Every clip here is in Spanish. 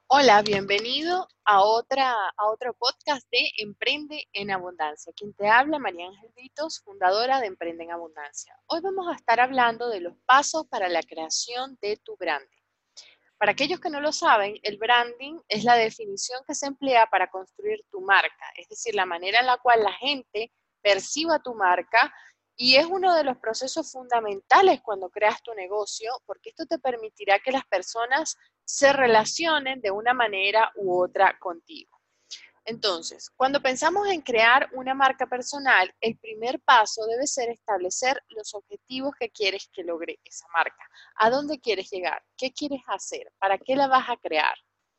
Hola, bienvenido a otro podcast de Emprende en Abundancia. Quien te habla, María Ángel Vitos, fundadora de Emprende en Abundancia. Hoy vamos a estar hablando de los pasos para la creación de tu branding. Para aquellos que no lo saben, el branding es la definición que se emplea para construir tu marca, es decir, la manera en la cual la gente perciba tu marca y es uno de los procesos fundamentales cuando creas tu negocio, porque esto te permitirá que las personas se relacionen de una manera u otra contigo. Entonces, cuando pensamos en crear una marca personal, el primer paso debe ser establecer los objetivos que quieres que logre esa marca. ¿A dónde quieres llegar? ¿Qué quieres hacer? ¿Para qué la vas a crear?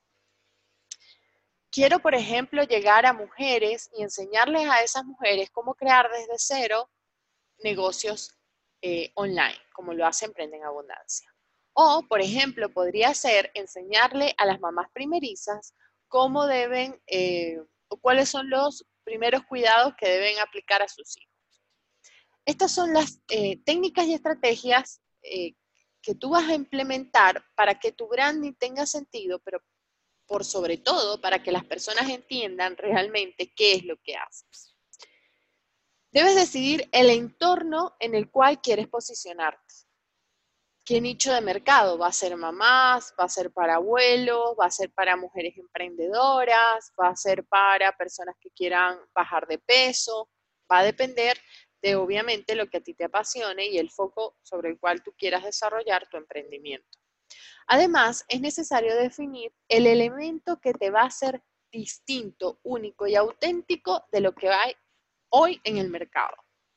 Quiero, por ejemplo, llegar a mujeres y enseñarles a esas mujeres cómo crear desde cero negocios online, como lo hace Emprende en Abundancia. O, por ejemplo, podría ser enseñarle a las mamás primerizas cómo deben o cuáles son los primeros cuidados que deben aplicar a sus hijos. Estas son las técnicas y estrategias que tú vas a implementar para que tu branding tenga sentido, pero por sobre todo para que las personas entiendan realmente qué es lo que haces. Debes decidir el entorno en el cual quieres posicionarte. ¿Qué nicho de mercado? ¿Va a ser mamás? ¿Va a ser para abuelos? ¿Va a ser para mujeres emprendedoras? ¿Va a ser para personas que quieran bajar de peso? Va a depender de, obviamente, lo que a ti te apasione y el foco sobre el cual tú quieras desarrollar tu emprendimiento. Además, es necesario definir el elemento que te va a hacer distinto, único y auténtico de lo que hay hoy en el mercado.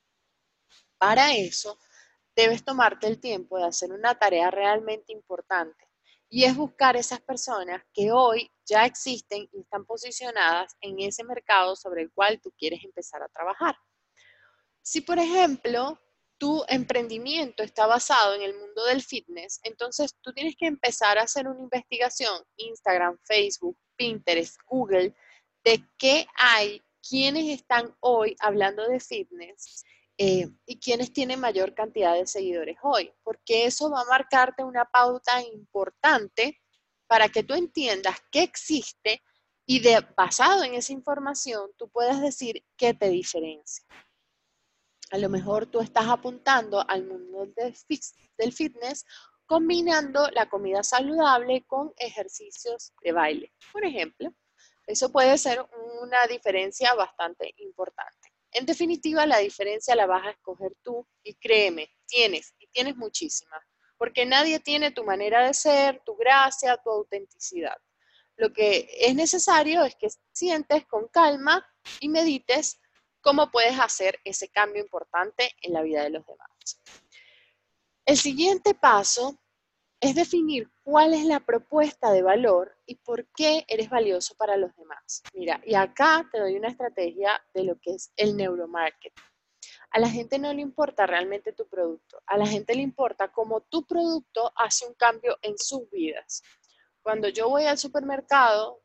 Para eso, debes tomarte el tiempo de hacer una tarea realmente importante y es buscar esas personas que hoy ya existen y están posicionadas en ese mercado sobre el cual tú quieres empezar a trabajar. Si, por ejemplo, tu emprendimiento está basado en el mundo del fitness, entonces tú tienes que empezar a hacer una investigación, Instagram, Facebook, Pinterest, Google, de qué hay, quiénes están hoy hablando de fitness y quiénes tienen mayor cantidad de seguidores hoy, porque eso va a marcarte una pauta importante para que tú entiendas qué existe y basado en esa información tú puedas decir qué te diferencia. A lo mejor tú estás apuntando al mundo del fitness combinando la comida saludable con ejercicios de baile, por ejemplo. Eso puede ser una diferencia bastante importante. En definitiva, la diferencia la vas a escoger tú y créeme, tienes muchísimas, porque nadie tiene tu manera de ser, tu gracia, tu autenticidad. Lo que es necesario es que sientes con calma y medites cómo puedes hacer ese cambio importante en la vida de los demás. El siguiente paso es definir cuál es la propuesta de valor y por qué eres valioso para los demás. Mira, y acá te doy una estrategia de lo que es el neuromarketing. A la gente no le importa realmente tu producto, a la gente le importa cómo tu producto hace un cambio en sus vidas. Cuando yo voy al supermercado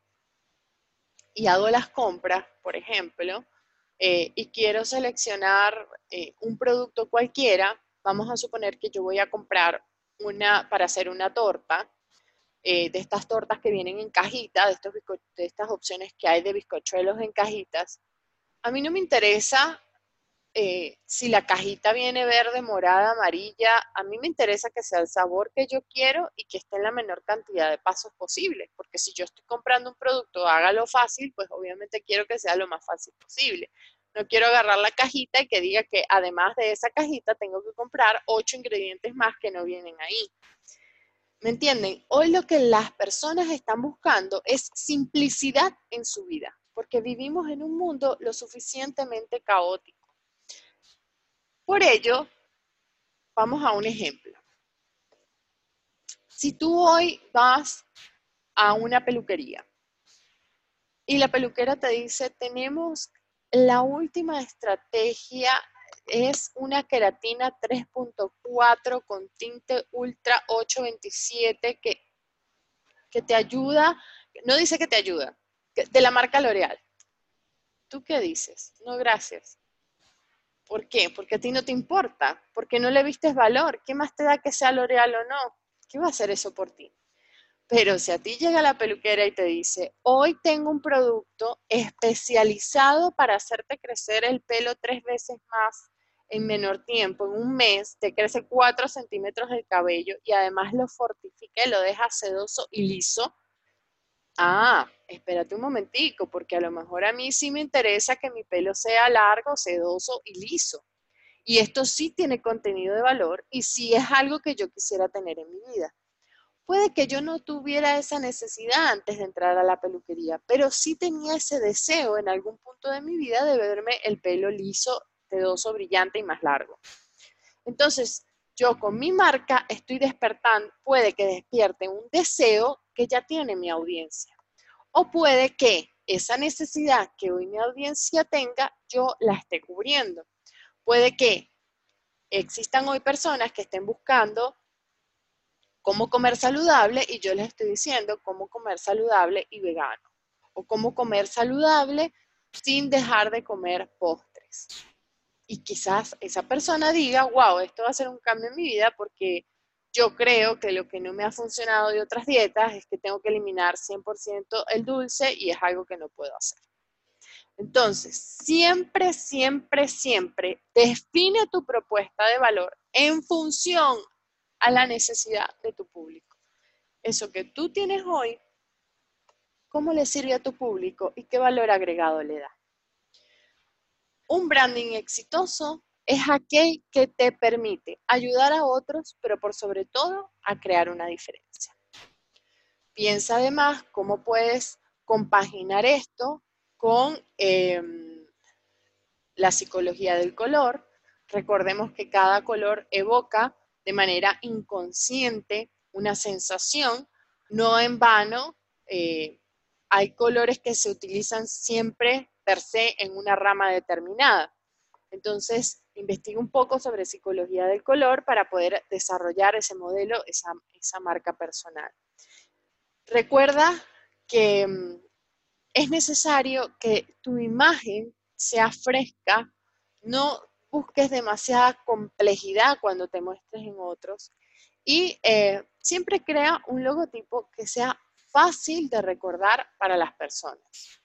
y hago las compras, por ejemplo, y quiero seleccionar un producto cualquiera, vamos a suponer que yo voy a comprar para hacer una torta, de estas tortas que vienen en cajita, de estas opciones que hay de bizcochuelos en cajitas. A mí no me interesa si la cajita viene verde, morada, amarilla. A mí me interesa que sea el sabor que yo quiero y que esté en la menor cantidad de pasos posible, porque si yo estoy comprando un producto, hágalo fácil, pues obviamente quiero que sea lo más fácil posible. No quiero agarrar la cajita y que diga que además de esa cajita tengo que comprar 8 ingredientes más que no vienen ahí. ¿Me entienden? Hoy lo que las personas están buscando es simplicidad en su vida, porque vivimos en un mundo lo suficientemente caótico. Por ello, vamos a un ejemplo. Si tú hoy vas a una peluquería y la peluquera te dice, tenemos la última estrategia, es una queratina 3.4 con tinte ultra 827 que te ayuda, no dice que te ayuda, de la marca L'Oreal. ¿Tú qué dices? No, gracias. ¿Por qué? Porque a ti no te importa, porque no le vistes valor. ¿Qué más te da que sea L'Oreal o no? ¿Qué va a hacer eso por ti? Pero si a ti llega la peluquera y te dice, hoy tengo un producto especializado para hacerte crecer el pelo 3 veces más en menor tiempo, en un mes, te crece 4 centímetros el cabello y además lo fortifica y lo deja sedoso y liso. Ah, espérate un momentico, porque a lo mejor a mí sí me interesa que mi pelo sea largo, sedoso y liso. Y esto sí tiene contenido de valor y sí es algo que yo quisiera tener en mi vida. Puede que yo no tuviera esa necesidad antes de entrar a la peluquería, pero sí tenía ese deseo en algún punto de mi vida de verme el pelo liso, sedoso, brillante y más largo. Entonces, yo con mi marca estoy despertando, puede que despierte un deseo que ya tiene mi audiencia. O puede que esa necesidad que hoy mi audiencia tenga, yo la esté cubriendo. Puede que existan hoy personas que estén buscando cómo comer saludable y yo les estoy diciendo cómo comer saludable y vegano. O cómo comer saludable sin dejar de comer postres. Y quizás esa persona diga, wow, esto va a ser un cambio en mi vida porque yo creo que lo que no me ha funcionado de otras dietas es que tengo que eliminar 100% el dulce y es algo que no puedo hacer. Entonces, siempre, siempre, siempre define tu propuesta de valor en función a la necesidad de tu público. Eso que tú tienes hoy, ¿cómo le sirve a tu público y qué valor agregado le da? Un branding exitoso es aquel que te permite ayudar a otros, pero por sobre todo a crear una diferencia. Piensa además cómo puedes compaginar esto con la psicología del color. Recordemos que cada color evoca de manera inconsciente una sensación, no en vano. Hay colores que se utilizan siempre per se en una rama determinada. Entonces, investiga un poco sobre psicología del color para poder desarrollar ese modelo, esa marca personal. Recuerda que es necesario que tu imagen sea fresca, no busques demasiada complejidad cuando te muestres en otros y siempre crea un logotipo que sea fácil de recordar para las personas.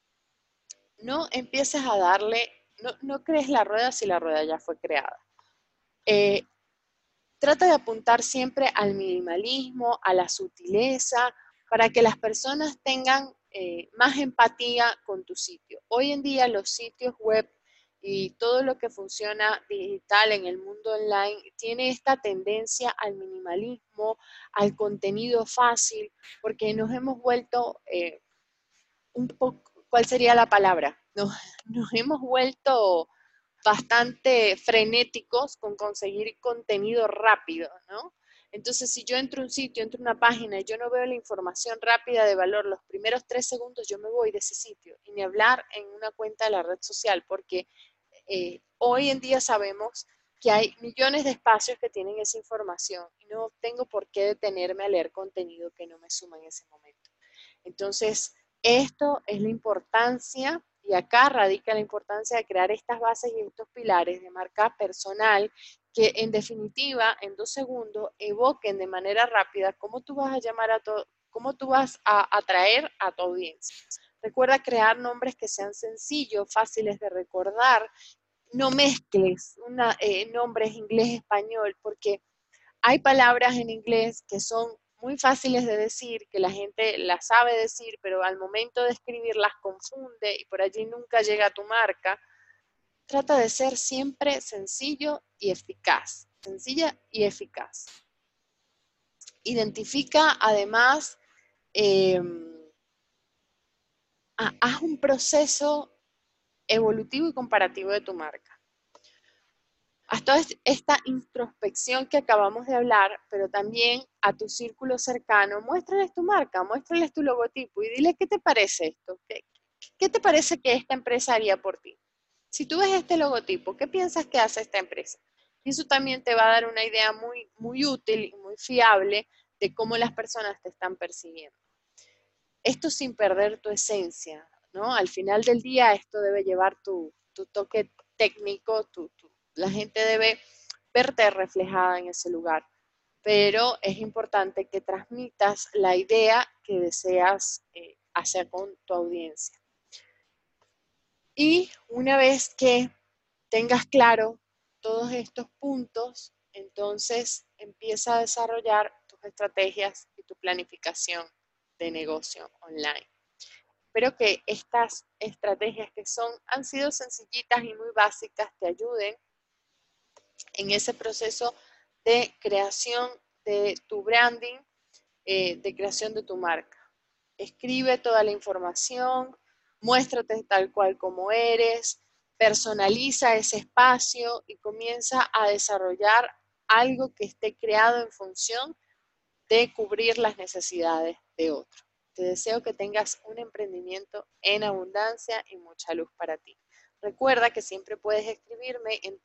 No empieces a darle, no crees la rueda si la rueda ya fue creada. Eh, Trata de apuntar siempre al minimalismo, a la sutileza, para que las personas tengan más empatía con tu sitio. Hoy en día los sitios web y todo lo que funciona digital en el mundo online tiene esta tendencia al minimalismo, al contenido fácil, porque nos hemos vuelto un poco, ¿cuál sería la palabra? Nos hemos vuelto bastante frenéticos con conseguir contenido rápido, ¿no? Entonces, si yo entro a un sitio, entro a una página y yo no veo la información rápida de valor, los primeros 3 segundos yo me voy de ese sitio y ni hablar en una cuenta de la red social, porque hoy en día sabemos que hay millones de espacios que tienen esa información y no tengo por qué detenerme a leer contenido que no me suma en ese momento. Entonces, esto es la importancia, y acá radica la importancia de crear estas bases y estos pilares de marca personal que en definitiva, en 2 segundos, evoquen de manera rápida cómo tú vas a llamar cómo tú vas a atraer a tu audiencia. Recuerda crear nombres que sean sencillos, fáciles de recordar. No mezcles nombres inglés-español porque hay palabras en inglés que son muy fáciles de decir, que la gente las sabe decir, pero al momento de escribir las confunde y por allí nunca llega a tu marca. Trata de ser siempre sencillo y eficaz. Sencilla y eficaz. Identifica además, haz un proceso evolutivo y comparativo de tu marca. Haz toda esta introspección que acabamos de hablar, pero también a tu círculo cercano, muéstrales tu marca, muéstrales tu logotipo y dile qué te parece esto, qué te parece que esta empresa haría por ti. Si tú ves este logotipo, ¿qué piensas que hace esta empresa? Y eso también te va a dar una idea muy, muy útil y muy fiable de cómo las personas te están percibiendo. Esto sin perder tu esencia, ¿no? Al final del día esto debe llevar tu toque técnico, la gente debe verte reflejada en ese lugar. pero es importante que transmitas la idea que deseas hacer con tu audiencia. Y una vez que tengas claro todos estos puntos, entonces empieza a desarrollar tus estrategias y tu planificación de negocio online. Espero que estas estrategias han sido sencillitas y muy básicas te ayuden en ese proceso de creación de tu branding, de creación de tu marca. Escribe toda la información, muéstrate tal cual como eres, personaliza ese espacio y comienza a desarrollar algo que esté creado en función de cubrir las necesidades de otro. Te deseo que tengas un emprendimiento en abundancia y mucha luz para ti. Recuerda que siempre puedes escribirme en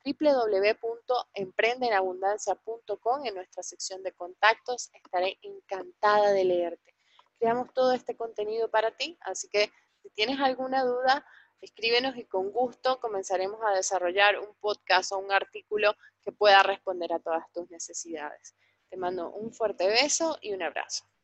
www.emprendenabundancia.com en nuestra sección de contactos. Estaré encantada de leerte. Creamos todo este contenido para ti, así que si tienes alguna duda, escríbenos y con gusto comenzaremos a desarrollar un podcast o un artículo que pueda responder a todas tus necesidades. Te mando un fuerte beso y un abrazo.